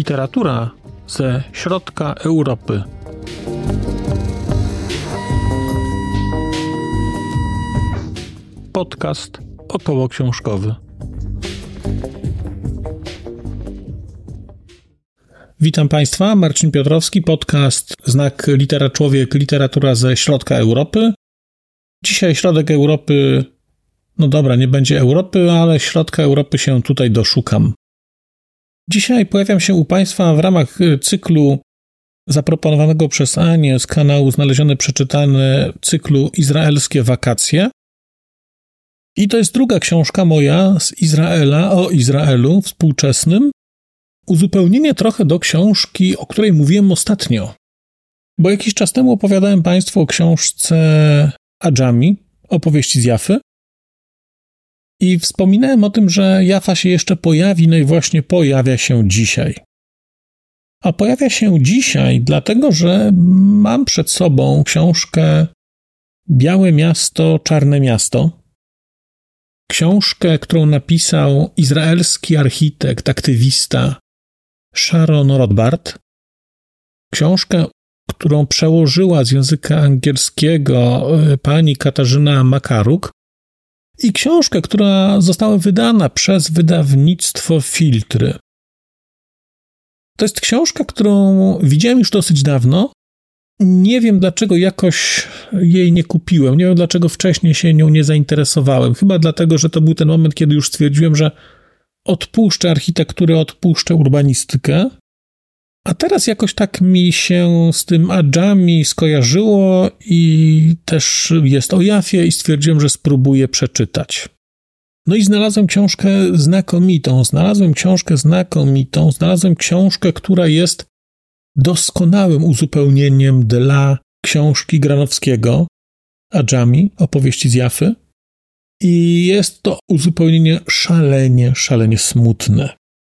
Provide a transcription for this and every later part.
Literatura ze środka Europy. Podcast okołoksiążkowy. Witam Państwa, Marcin Piotrowski, podcast Znak Litera Człowiek, literatura ze środka Europy. Dzisiaj środek Europy, no dobra, nie będzie Europy, ale środka Europy się tutaj doszukam. Dzisiaj pojawiam się u Państwa w ramach cyklu zaproponowanego przez Anię z kanału Znalezione Przeczytane, cyklu Izraelskie wakacje. I to jest druga książka moja z Izraela, o Izraelu współczesnym. Uzupełnienie trochę do książki, o której mówiłem ostatnio. Bo jakiś czas temu opowiadałem Państwu o książce Adżami, opowieści z Jafy. I wspominałem o tym, że Jafa się jeszcze pojawi, no i właśnie pojawia się dzisiaj. A pojawia się dzisiaj dlatego, że mam przed sobą książkę Białe miasto, czarne miasto. Książkę, którą napisał izraelski architekt, aktywista Sharon Rothbard. Książkę, którą przełożyła z języka angielskiego pani Katarzyna Makaruk. I książkę, która została wydana przez wydawnictwo Filtry. To jest książka, którą widziałem już dosyć dawno. Nie wiem, dlaczego jakoś jej nie kupiłem. Nie wiem, dlaczego wcześniej się nią nie zainteresowałem. Chyba dlatego, że to był ten moment, kiedy już stwierdziłem, że odpuszczę architekturę, odpuszczę urbanistykę. A teraz jakoś tak mi się z tym Adżami skojarzyło i też jest o Jafie i stwierdziłem, że spróbuję przeczytać. No i znalazłem książkę znakomitą. Znalazłem książkę, która jest doskonałym uzupełnieniem dla książki Granowskiego Adżami, opowieści z Jafy. I jest to uzupełnienie szalenie smutne.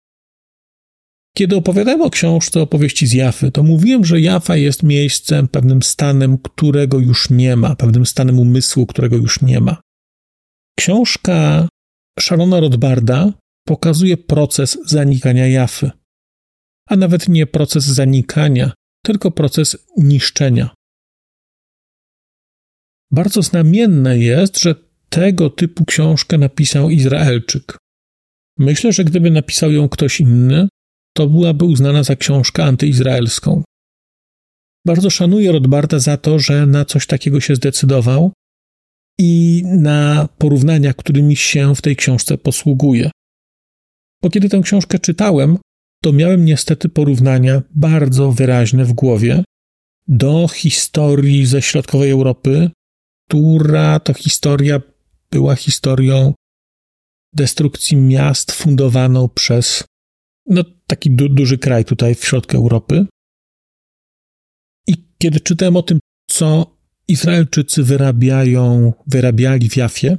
Kiedy opowiadałem o książce opowieści z Jafy, to mówiłem, że Jafa jest miejscem, pewnym stanem, którego już nie ma, pewnym stanem umysłu, którego już nie ma. Książka Sharona Rothbarda pokazuje proces zanikania Jafy. A nawet nie proces zanikania, tylko proces niszczenia. Bardzo znamienne jest, że tego typu książkę napisał Izraelczyk. Myślę, że gdyby napisał ją ktoś inny, to byłaby uznana za książkę antyizraelską. Bardzo szanuję Rothbarda za to, że na coś takiego się zdecydował i na porównania, którymi się w tej książce posługuje. Bo kiedy tę książkę czytałem, to miałem niestety porównania bardzo wyraźne w głowie do historii ze środkowej Europy, która to historia była historią destrukcji miast fundowaną przez taki duży kraj tutaj w środku Europy. I kiedy czytałem o tym, co Izraelczycy wyrabiali w Jafie,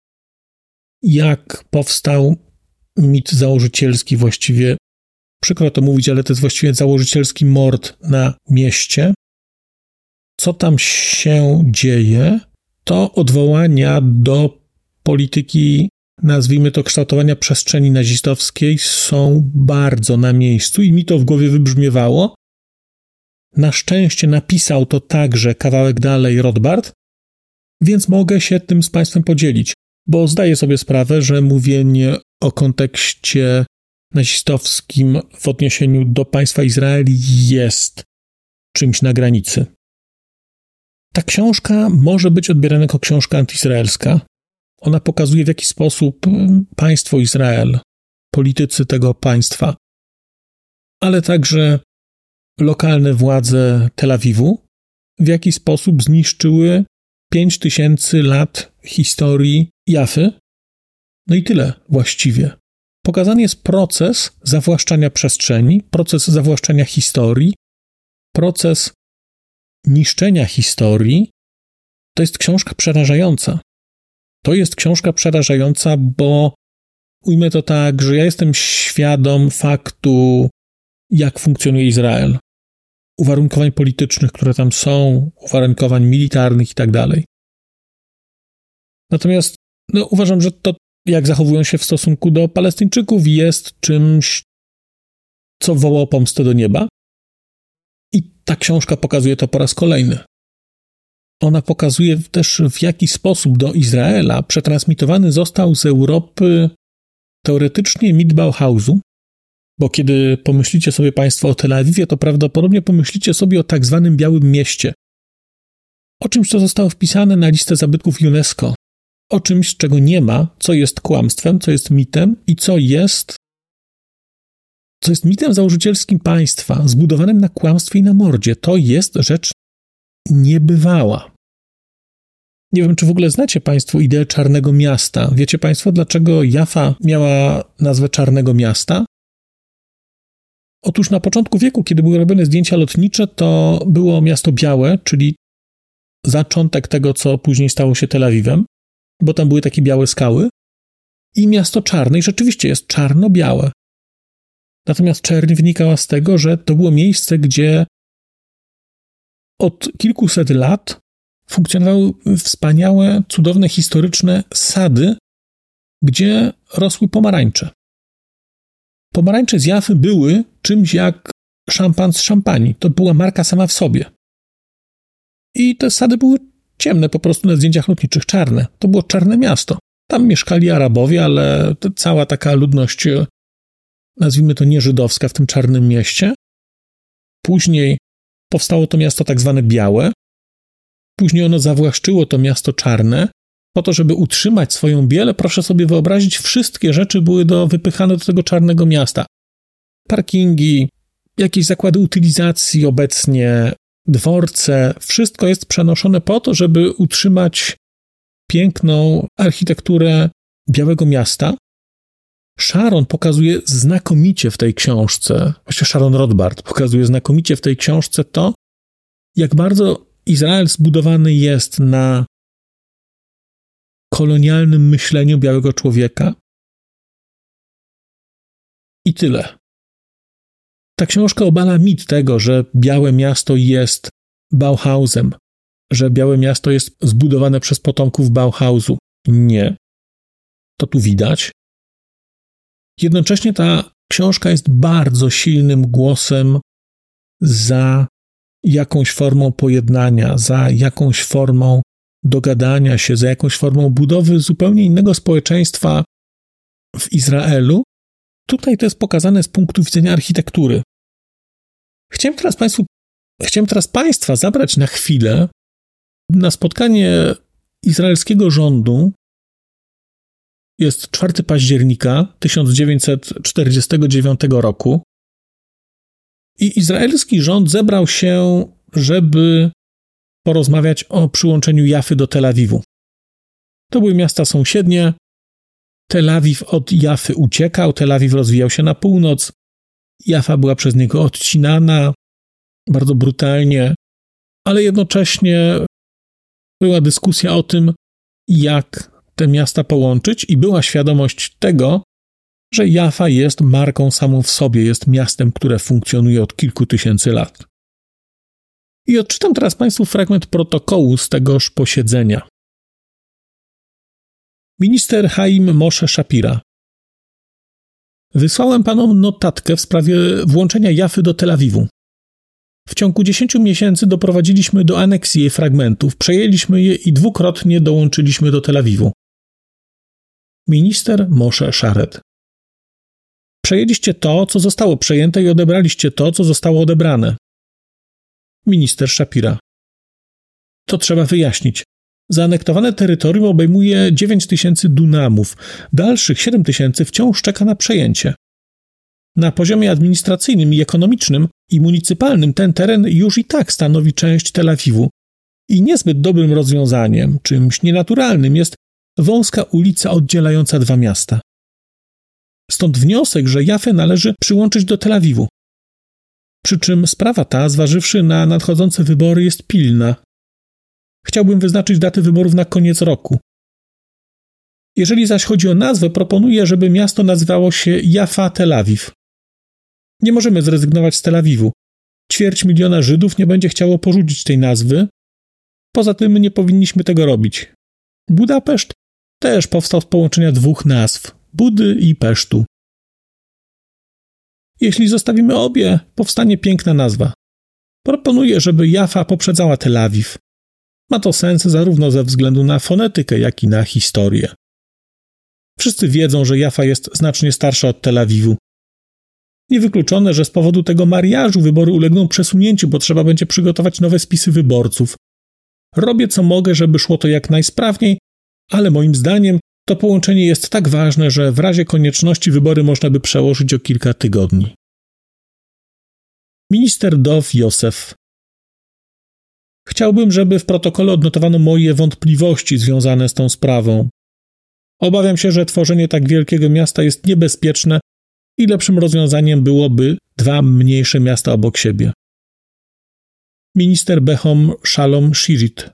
jak powstał mit założycielski właściwie, przykro to mówić, ale to jest właściwie założycielski mord na mieście, co tam się dzieje, to odwołania do polityki, nazwijmy to, kształtowania przestrzeni nazistowskiej są bardzo na miejscu i mi to w głowie wybrzmiewało. Na szczęście napisał to także kawałek dalej Rothbard, więc mogę się tym z Państwem podzielić, bo zdaję sobie sprawę, że mówienie o kontekście nazistowskim w odniesieniu do państwa Izrael jest czymś na granicy. Ta książka może być odbierana jako książka antyizraelska. Ona pokazuje, w jaki sposób państwo Izrael, politycy tego państwa, ale także lokalne władze Tel Awiwu, w jaki sposób zniszczyły 5000 lat historii Jafy. No i tyle właściwie. Pokazany jest proces zawłaszczania przestrzeni, proces zawłaszczania historii, proces niszczenia historii. To jest książka przerażająca. To jest książka przerażająca, bo ujmę to tak, że ja jestem świadom faktu, jak funkcjonuje Izrael. Uwarunkowań politycznych, które tam są, uwarunkowań militarnych i tak dalej. Natomiast uważam, że to, jak zachowują się w stosunku do Palestyńczyków, jest czymś co woła o pomstę do nieba. I ta książka pokazuje to po raz kolejny. Ona pokazuje też, w jaki sposób do Izraela przetransmitowany został z Europy teoretycznie mit Bauhausu, bo kiedy pomyślicie sobie Państwo o Tel Awiwie, to prawdopodobnie pomyślicie sobie o tak zwanym Białym Mieście. O czymś, co zostało wpisane na listę zabytków UNESCO. O czymś, czego nie ma, co jest kłamstwem, co jest mitem i co jest mitem założycielskim państwa, zbudowanym na kłamstwie i na mordzie. To jest rzecz niebywała. Nie wiem, czy w ogóle znacie Państwo ideę Czarnego Miasta. Wiecie Państwo, dlaczego Jaffa miała nazwę Czarnego Miasta? Otóż na początku wieku, kiedy były robione zdjęcia lotnicze, to było miasto białe, czyli zaczątek tego, co później stało się Tel Awiwem, bo tam były takie białe skały, i miasto czarne, i rzeczywiście jest czarno-białe. Natomiast czerń wynikała z tego, że to było miejsce, gdzie od kilkuset lat funkcjonowały wspaniałe, cudowne, historyczne sady, gdzie rosły pomarańcze. Pomarańcze z Jaffy były czymś jak szampan z szampanii. To była marka sama w sobie. I te sady były ciemne po prostu na zdjęciach lotniczych, czarne. To było czarne miasto. Tam mieszkali Arabowie, ale cała taka ludność, nazwijmy to nieżydowska, w tym czarnym mieście. Później powstało to miasto tak zwane białe. Później ono zawłaszczyło to miasto czarne. Po to, żeby utrzymać swoją bielę, proszę sobie wyobrazić, wszystkie rzeczy były wypychane do tego czarnego miasta. Parkingi, jakieś zakłady utylizacji obecnie, dworce, wszystko jest przenoszone po to, żeby utrzymać piękną architekturę Białego Miasta. Sharon pokazuje znakomicie w tej książce, właściwie Sharon Rothbard pokazuje znakomicie w tej książce to, jak bardzo Izrael zbudowany jest na kolonialnym myśleniu białego człowieka. I tyle. Ta książka obala mit tego, że Białe Miasto jest Bauhausem, że Białe Miasto jest zbudowane przez potomków Bauhausu. Nie. To tu widać. Jednocześnie ta książka jest bardzo silnym głosem za jakąś formą pojednania, za jakąś formą dogadania się, za jakąś formą budowy zupełnie innego społeczeństwa w Izraelu. Tutaj to jest pokazane z punktu widzenia architektury. Chciałem teraz Państwa zabrać na chwilę na spotkanie izraelskiego rządu. Jest 4 października 1949 roku i izraelski rząd zebrał się, żeby porozmawiać o przyłączeniu Jaffy do Tel Awiwu. To były miasta sąsiednie. Tel Awiw od Jaffy uciekał, Tel Awiw rozwijał się na północ. Jaffa była przez niego odcinana bardzo brutalnie, ale jednocześnie była dyskusja o tym, jak te miasta połączyć i była świadomość tego, że Jaffa jest marką samą w sobie, jest miastem, które funkcjonuje od kilku tysięcy lat. I odczytam teraz Państwu fragment protokołu z tegoż posiedzenia. Minister Haim Moshe Shapira. Wysłałem panom notatkę w sprawie włączenia Jaffy do Tel Awiwu. W ciągu 10 miesięcy doprowadziliśmy do aneksji jej fragmentów, przejęliśmy je i dwukrotnie dołączyliśmy do Tel Awiwu. Minister Moshe Sharet. Przejęliście to, co zostało przejęte i odebraliście to, co zostało odebrane. Minister Shapira. To trzeba wyjaśnić. Zaanektowane terytorium obejmuje 9000 dunamów. Dalszych 7000 wciąż czeka na przejęcie. Na poziomie administracyjnym i ekonomicznym i municypalnym ten teren już i tak stanowi część Tel Awiwu. I niezbyt dobrym rozwiązaniem, czymś nienaturalnym jest wąska ulica oddzielająca dwa miasta. Stąd wniosek, że Jaffę należy przyłączyć do Tel Awiwu. Przy czym sprawa ta, zważywszy na nadchodzące wybory, jest pilna. Chciałbym wyznaczyć daty wyborów na koniec roku. Jeżeli zaś chodzi o nazwę, proponuję, żeby miasto nazywało się Jaffa Tel Awiw. Nie możemy zrezygnować z Tel Awiwu. 250 000 Żydów nie będzie chciało porzucić tej nazwy. Poza tym nie powinniśmy tego robić. Budapeszt też powstał z połączenia dwóch nazw, Budy i Pesztu. Jeśli zostawimy obie, powstanie piękna nazwa. Proponuję, żeby Jaffa poprzedzała Tel Awiw. Ma to sens zarówno ze względu na fonetykę, jak i na historię. Wszyscy wiedzą, że Jaffa jest znacznie starsza od Tel Awiwu. Niewykluczone, że z powodu tego mariażu wybory ulegną przesunięciu, bo trzeba będzie przygotować nowe spisy wyborców. Robię co mogę, żeby szło to jak najsprawniej, ale moim zdaniem to połączenie jest tak ważne, że w razie konieczności wybory można by przełożyć o kilka tygodni. Minister Dov Yosef. Chciałbym, żeby w protokole odnotowano moje wątpliwości związane z tą sprawą. Obawiam się, że tworzenie tak wielkiego miasta jest niebezpieczne i lepszym rozwiązaniem byłoby 2 mniejsze miasta obok siebie. Minister Behom Shalom Shirit.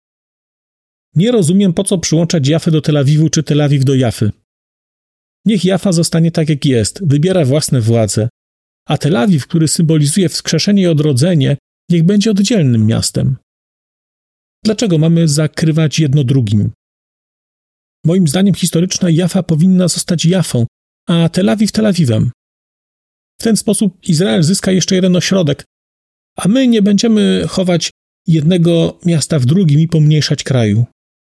Nie rozumiem, po co przyłączać Jaffę do Tel Awiwu czy Tel Awiw do Jaffy. Niech Jaffa zostanie tak jak jest, wybiera własne władze, a Tel Awiw, który symbolizuje wskrzeszenie i odrodzenie, niech będzie oddzielnym miastem. Dlaczego mamy zakrywać jedno drugim? Moim zdaniem historyczna Jaffa powinna zostać Jaffą, a Tel Awiw Tel Awiwem. W ten sposób Izrael zyska jeszcze jeden ośrodek, a my nie będziemy chować jednego miasta w drugim i pomniejszać kraju.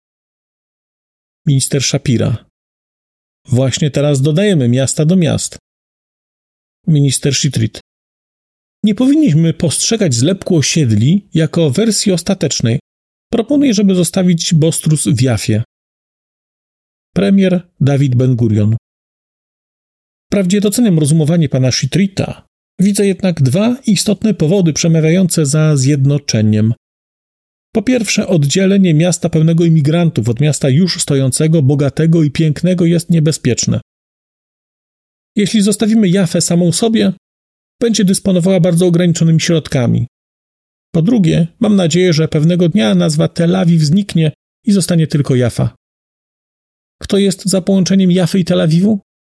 Minister Shapira. Właśnie teraz dodajemy miasta do miast. Minister Shitrit. Nie powinniśmy postrzegać zlepku osiedli jako wersji ostatecznej. Proponuję, żeby zostawić Bostrus w Jaffie. Premier David Ben-Gurion. Wprawdzie doceniam rozumowanie pana Shitrita, widzę jednak 2 istotne powody przemawiające za zjednoczeniem. Po pierwsze, oddzielenie miasta pełnego imigrantów od miasta już stojącego, bogatego i pięknego jest niebezpieczne. Jeśli zostawimy Jaffę samą sobie, będzie dysponowała bardzo ograniczonymi środkami. Po drugie, mam nadzieję, że pewnego dnia nazwa Tel Awiw zniknie i zostanie tylko Jaffa. Kto jest za połączeniem Jaffy i Tel Awiwu?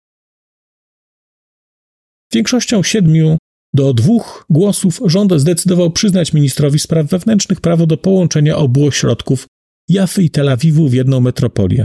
Większością 7-2 głosów rząd zdecydował przyznać ministrowi spraw wewnętrznych prawo do połączenia obu ośrodków Jaffy i Tel Awiwu w jedną metropolię.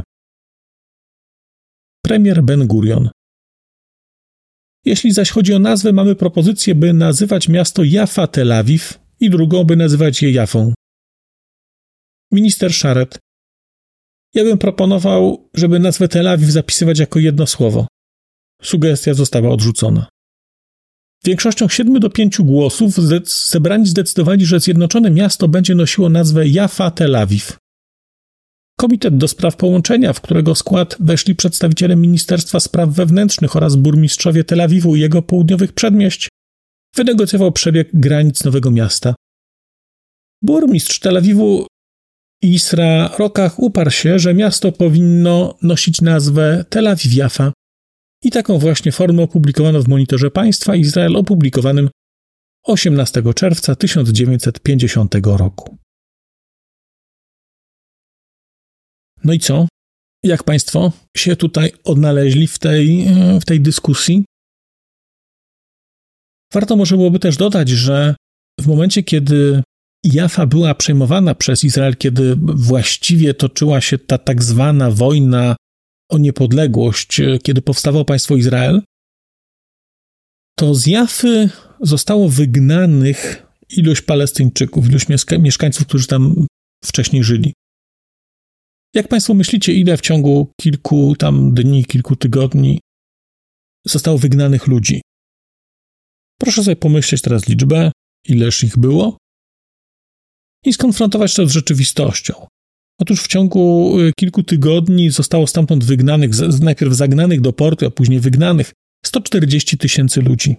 Premier Ben-Gurion. Jeśli zaś chodzi o nazwę, mamy propozycję, by nazywać miasto Jaffa Tel Awiw i drugą, by nazywać je Jaffą. Minister Szaret. Ja bym proponował, żeby nazwę Tel Awiw zapisywać jako jedno słowo. Sugestia została odrzucona. Większością 7-5 głosów zebrani zdecydowali, że zjednoczone miasto będzie nosiło nazwę Jaffa Tel Awiw. Komitet do spraw połączenia, w którego skład weszli przedstawiciele Ministerstwa Spraw Wewnętrznych oraz burmistrzowie Tel Awiwu i jego południowych przedmieść, wynegocjował przebieg granic nowego miasta. Burmistrz Tel Awiwu Isra Rokach uparł się, że miasto powinno nosić nazwę Tel Awiw Jaffa i taką właśnie formę opublikowano w Monitorze Państwa Izrael opublikowanym 18 czerwca 1950 roku. No i co? Jak Państwo się tutaj odnaleźli w tej dyskusji? Warto może byłoby też dodać, że w momencie, kiedy Jaffa była przejmowana przez Izrael, kiedy właściwie toczyła się ta tak zwana wojna o niepodległość, kiedy powstawało państwo Izrael, to z Jaffy zostało wygnanych ilość Palestyńczyków, ilość mieszkańców, którzy tam wcześniej żyli. Jak Państwo myślicie, ile w ciągu kilku tam dni, kilku tygodni zostało wygnanych ludzi? Proszę sobie pomyśleć teraz liczbę, ileż ich było i skonfrontować to z rzeczywistością. Otóż w ciągu kilku tygodni zostało stamtąd wygnanych, najpierw zagnanych do portu, a później wygnanych 140 000 ludzi.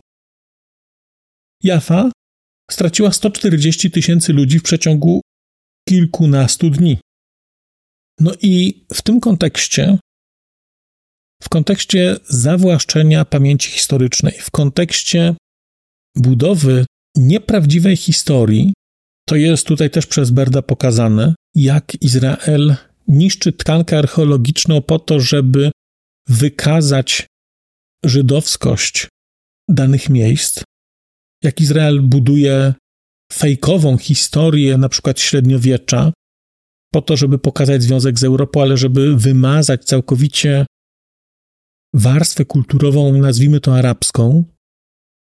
Jaffa straciła 140 000 ludzi w przeciągu kilkunastu dni. No i w tym kontekście, w kontekście zawłaszczenia pamięci historycznej, w kontekście budowy nieprawdziwej historii, to jest tutaj też przez Berda pokazane, jak Izrael niszczy tkankę archeologiczną po to, żeby wykazać żydowskość danych miejsc, jak Izrael buduje fejkową historię, na przykład średniowiecza, po to, żeby pokazać związek z Europą, ale żeby wymazać całkowicie warstwę kulturową, nazwijmy to arabską.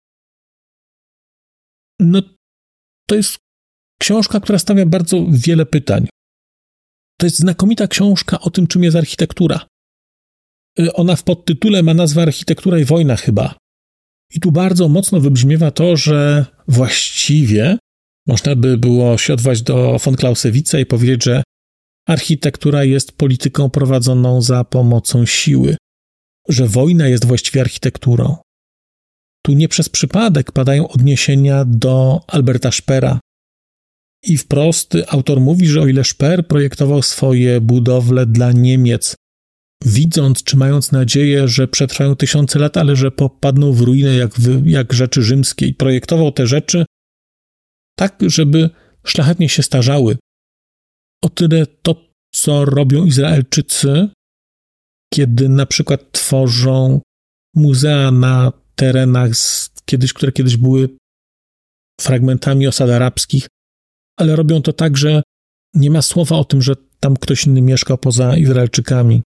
No, to jest książka, która stawia bardzo wiele pytań. To jest znakomita książka o tym, czym jest architektura. Ona w podtytule ma nazwę Architektura i wojna chyba. I tu bardzo mocno wybrzmiewa to, że właściwie można by było się odwołać do von Clausewitza i powiedzieć, że architektura jest polityką prowadzoną za pomocą siły, że wojna jest właściwie architekturą. Tu nie przez przypadek padają odniesienia do Alberta Speera. I wprost autor mówi, że o ile Speer projektował swoje budowle dla Niemiec, widząc czy mając nadzieję, że przetrwają tysiące lat, ale że popadną w ruinę jak rzeczy rzymskie i projektował te rzeczy tak, żeby szlachetnie się starzały. O tyle to, co robią Izraelczycy, kiedy na przykład tworzą muzea na terenach, które kiedyś były fragmentami osad arabskich, ale robią to tak, że nie ma słowa o tym, że tam ktoś inny mieszkał poza Izraelczykami.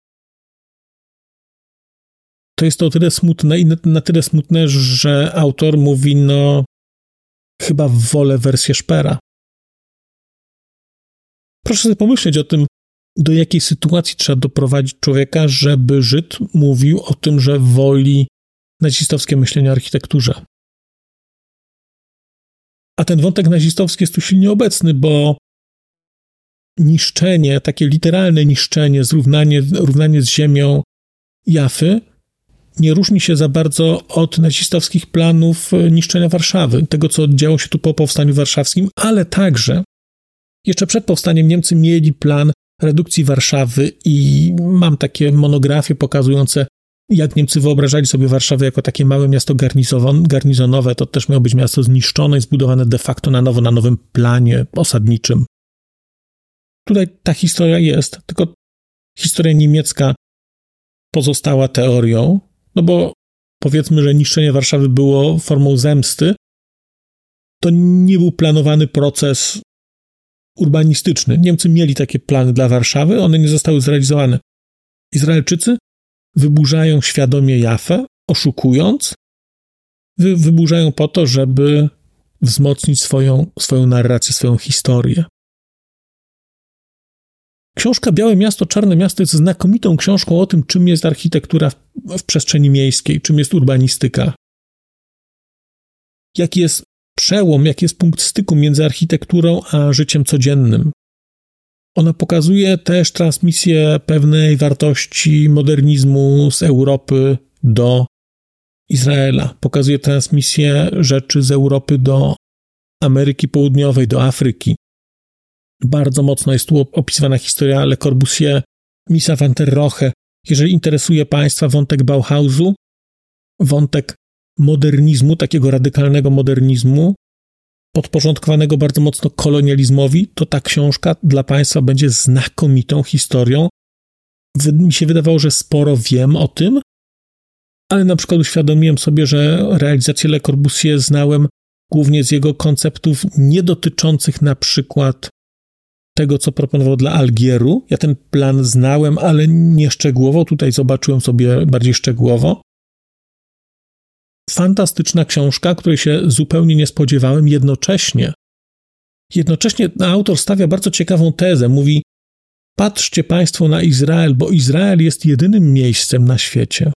To jest to o tyle smutne i na tyle smutne, że autor mówi, chyba wolę wersję Speera. Proszę sobie pomyśleć o tym, do jakiej sytuacji trzeba doprowadzić człowieka, żeby Żyd mówił o tym, że woli nazistowskie myślenie o architekturze. A ten wątek nazistowski jest tu silnie obecny, bo niszczenie, takie literalne niszczenie, równanie z ziemią Jafy nie różni się za bardzo od nazistowskich planów niszczenia Warszawy, tego, co działo się tu po powstaniu warszawskim, ale także jeszcze przed powstaniem Niemcy mieli plan redukcji Warszawy i mam takie monografie pokazujące, jak Niemcy wyobrażali sobie Warszawę jako takie małe miasto garnizonowe. To też miało być miasto zniszczone i zbudowane de facto na nowo, na nowym planie osadniczym. Tutaj ta historia jest, tylko historia niemiecka pozostała teorią, bo powiedzmy, że niszczenie Warszawy było formą zemsty. To nie był planowany proces urbanistyczny. Niemcy mieli takie plany dla Warszawy, one nie zostały zrealizowane. Izraelczycy wyburzają świadomie Jafę, oszukując. Wyburzają po to, żeby wzmocnić swoją narrację, swoją historię. Książka Białe Miasto, Czarne Miasto jest znakomitą książką o tym, czym jest architektura w przestrzeni miejskiej, czym jest urbanistyka. Jaki jest przełom, jaki jest punkt styku między architekturą a życiem codziennym. Ona pokazuje też transmisję pewnej wartości modernizmu z Europy do Izraela. Pokazuje transmisję rzeczy z Europy do Ameryki Południowej, do Afryki. Bardzo mocno jest tu opisywana historia Le Corbusier, Misa van der Rohe. Jeżeli interesuje Państwa wątek Bauhausu, wątek modernizmu, takiego radykalnego modernizmu, podporządkowanego bardzo mocno kolonializmowi, to ta książka dla Państwa będzie znakomitą historią. Mi się wydawało, że sporo wiem o tym, ale na przykład uświadomiłem sobie, że realizację Le Corbusier znałem głównie z jego konceptów nie dotyczących na przykład tego, co proponował dla Algieru. Ja ten plan znałem, ale nie szczegółowo. Tutaj zobaczyłem sobie bardziej szczegółowo. Fantastyczna książka, której się zupełnie nie spodziewałem. Jednocześnie autor stawia bardzo ciekawą tezę. Mówi, patrzcie Państwo na Izrael, bo Izrael jest jedynym miejscem na świecie,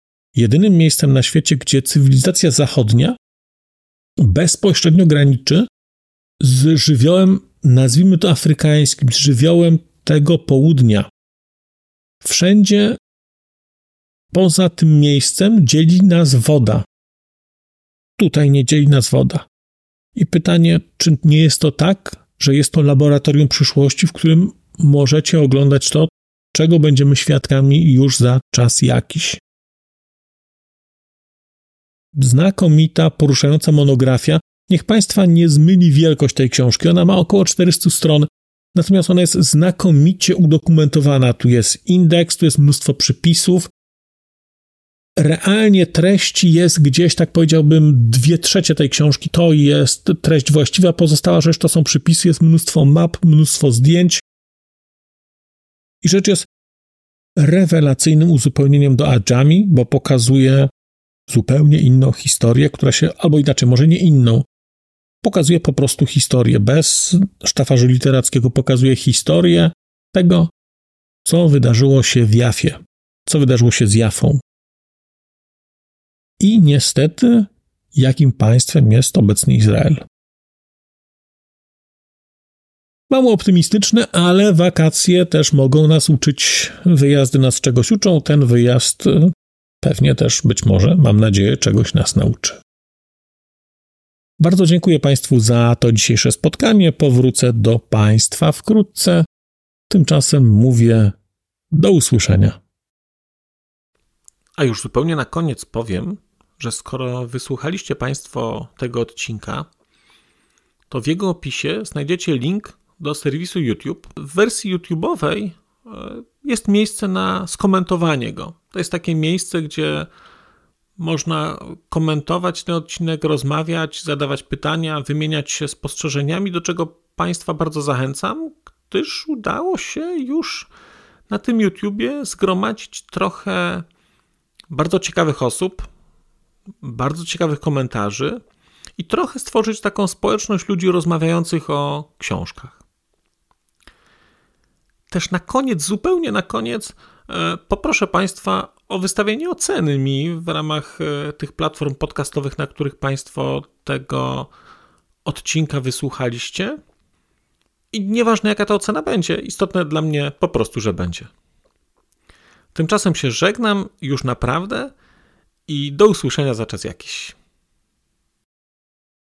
gdzie cywilizacja zachodnia bezpośrednio graniczy z żywiołem, nazwijmy to afrykańskim, z żywiołem tego południa. Wszędzie poza tym miejscem dzieli nas woda. Tutaj nie dzieli nas woda. I pytanie, czy nie jest to tak, że jest to laboratorium przyszłości, w którym możecie oglądać to, czego będziemy świadkami już za czas jakiś. Znakomita, poruszająca monografia. Niech Państwa nie zmyli wielkość tej książki. Ona ma około 400 stron, natomiast ona jest znakomicie udokumentowana. Tu jest indeks, tu jest mnóstwo przypisów. Realnie treści jest gdzieś, tak powiedziałbym, 2/3 tej książki to jest treść właściwa, pozostała rzecz to są przypisy, jest mnóstwo map, mnóstwo zdjęć. I rzecz jest rewelacyjnym uzupełnieniem do Adjami, bo pokazuje zupełnie inną historię, która się, albo inaczej, może nie inną, pokazuje po prostu historię, bez sztafażu literackiego pokazuje historię tego, co wydarzyło się w Jafie, co wydarzyło się z Jafą. I niestety, jakim państwem jest obecnie Izrael. Mało optymistyczne, ale wakacje też mogą nas uczyć, wyjazdy nas czegoś uczą, ten wyjazd pewnie też, być może, mam nadzieję, czegoś nas nauczy. Bardzo dziękuję Państwu za to dzisiejsze spotkanie. Powrócę do Państwa wkrótce. Tymczasem mówię do usłyszenia. A już zupełnie na koniec powiem, że skoro wysłuchaliście Państwo tego odcinka, to w jego opisie znajdziecie link do serwisu YouTube. W wersji YouTube'owej jest miejsce na skomentowanie go. To jest takie miejsce, gdzie można komentować ten odcinek, rozmawiać, zadawać pytania, wymieniać się spostrzeżeniami, do czego Państwa bardzo zachęcam, gdyż udało się już na tym YouTubie zgromadzić trochę bardzo ciekawych osób, bardzo ciekawych komentarzy i trochę stworzyć taką społeczność ludzi rozmawiających o książkach. Też na koniec, zupełnie na koniec, poproszę Państwa o wystawienie oceny mi w ramach tych platform podcastowych, na których Państwo tego odcinka wysłuchaliście. I nieważne, jaka ta ocena będzie, istotne dla mnie po prostu, że będzie. Tymczasem się żegnam już naprawdę i do usłyszenia za czas jakiś.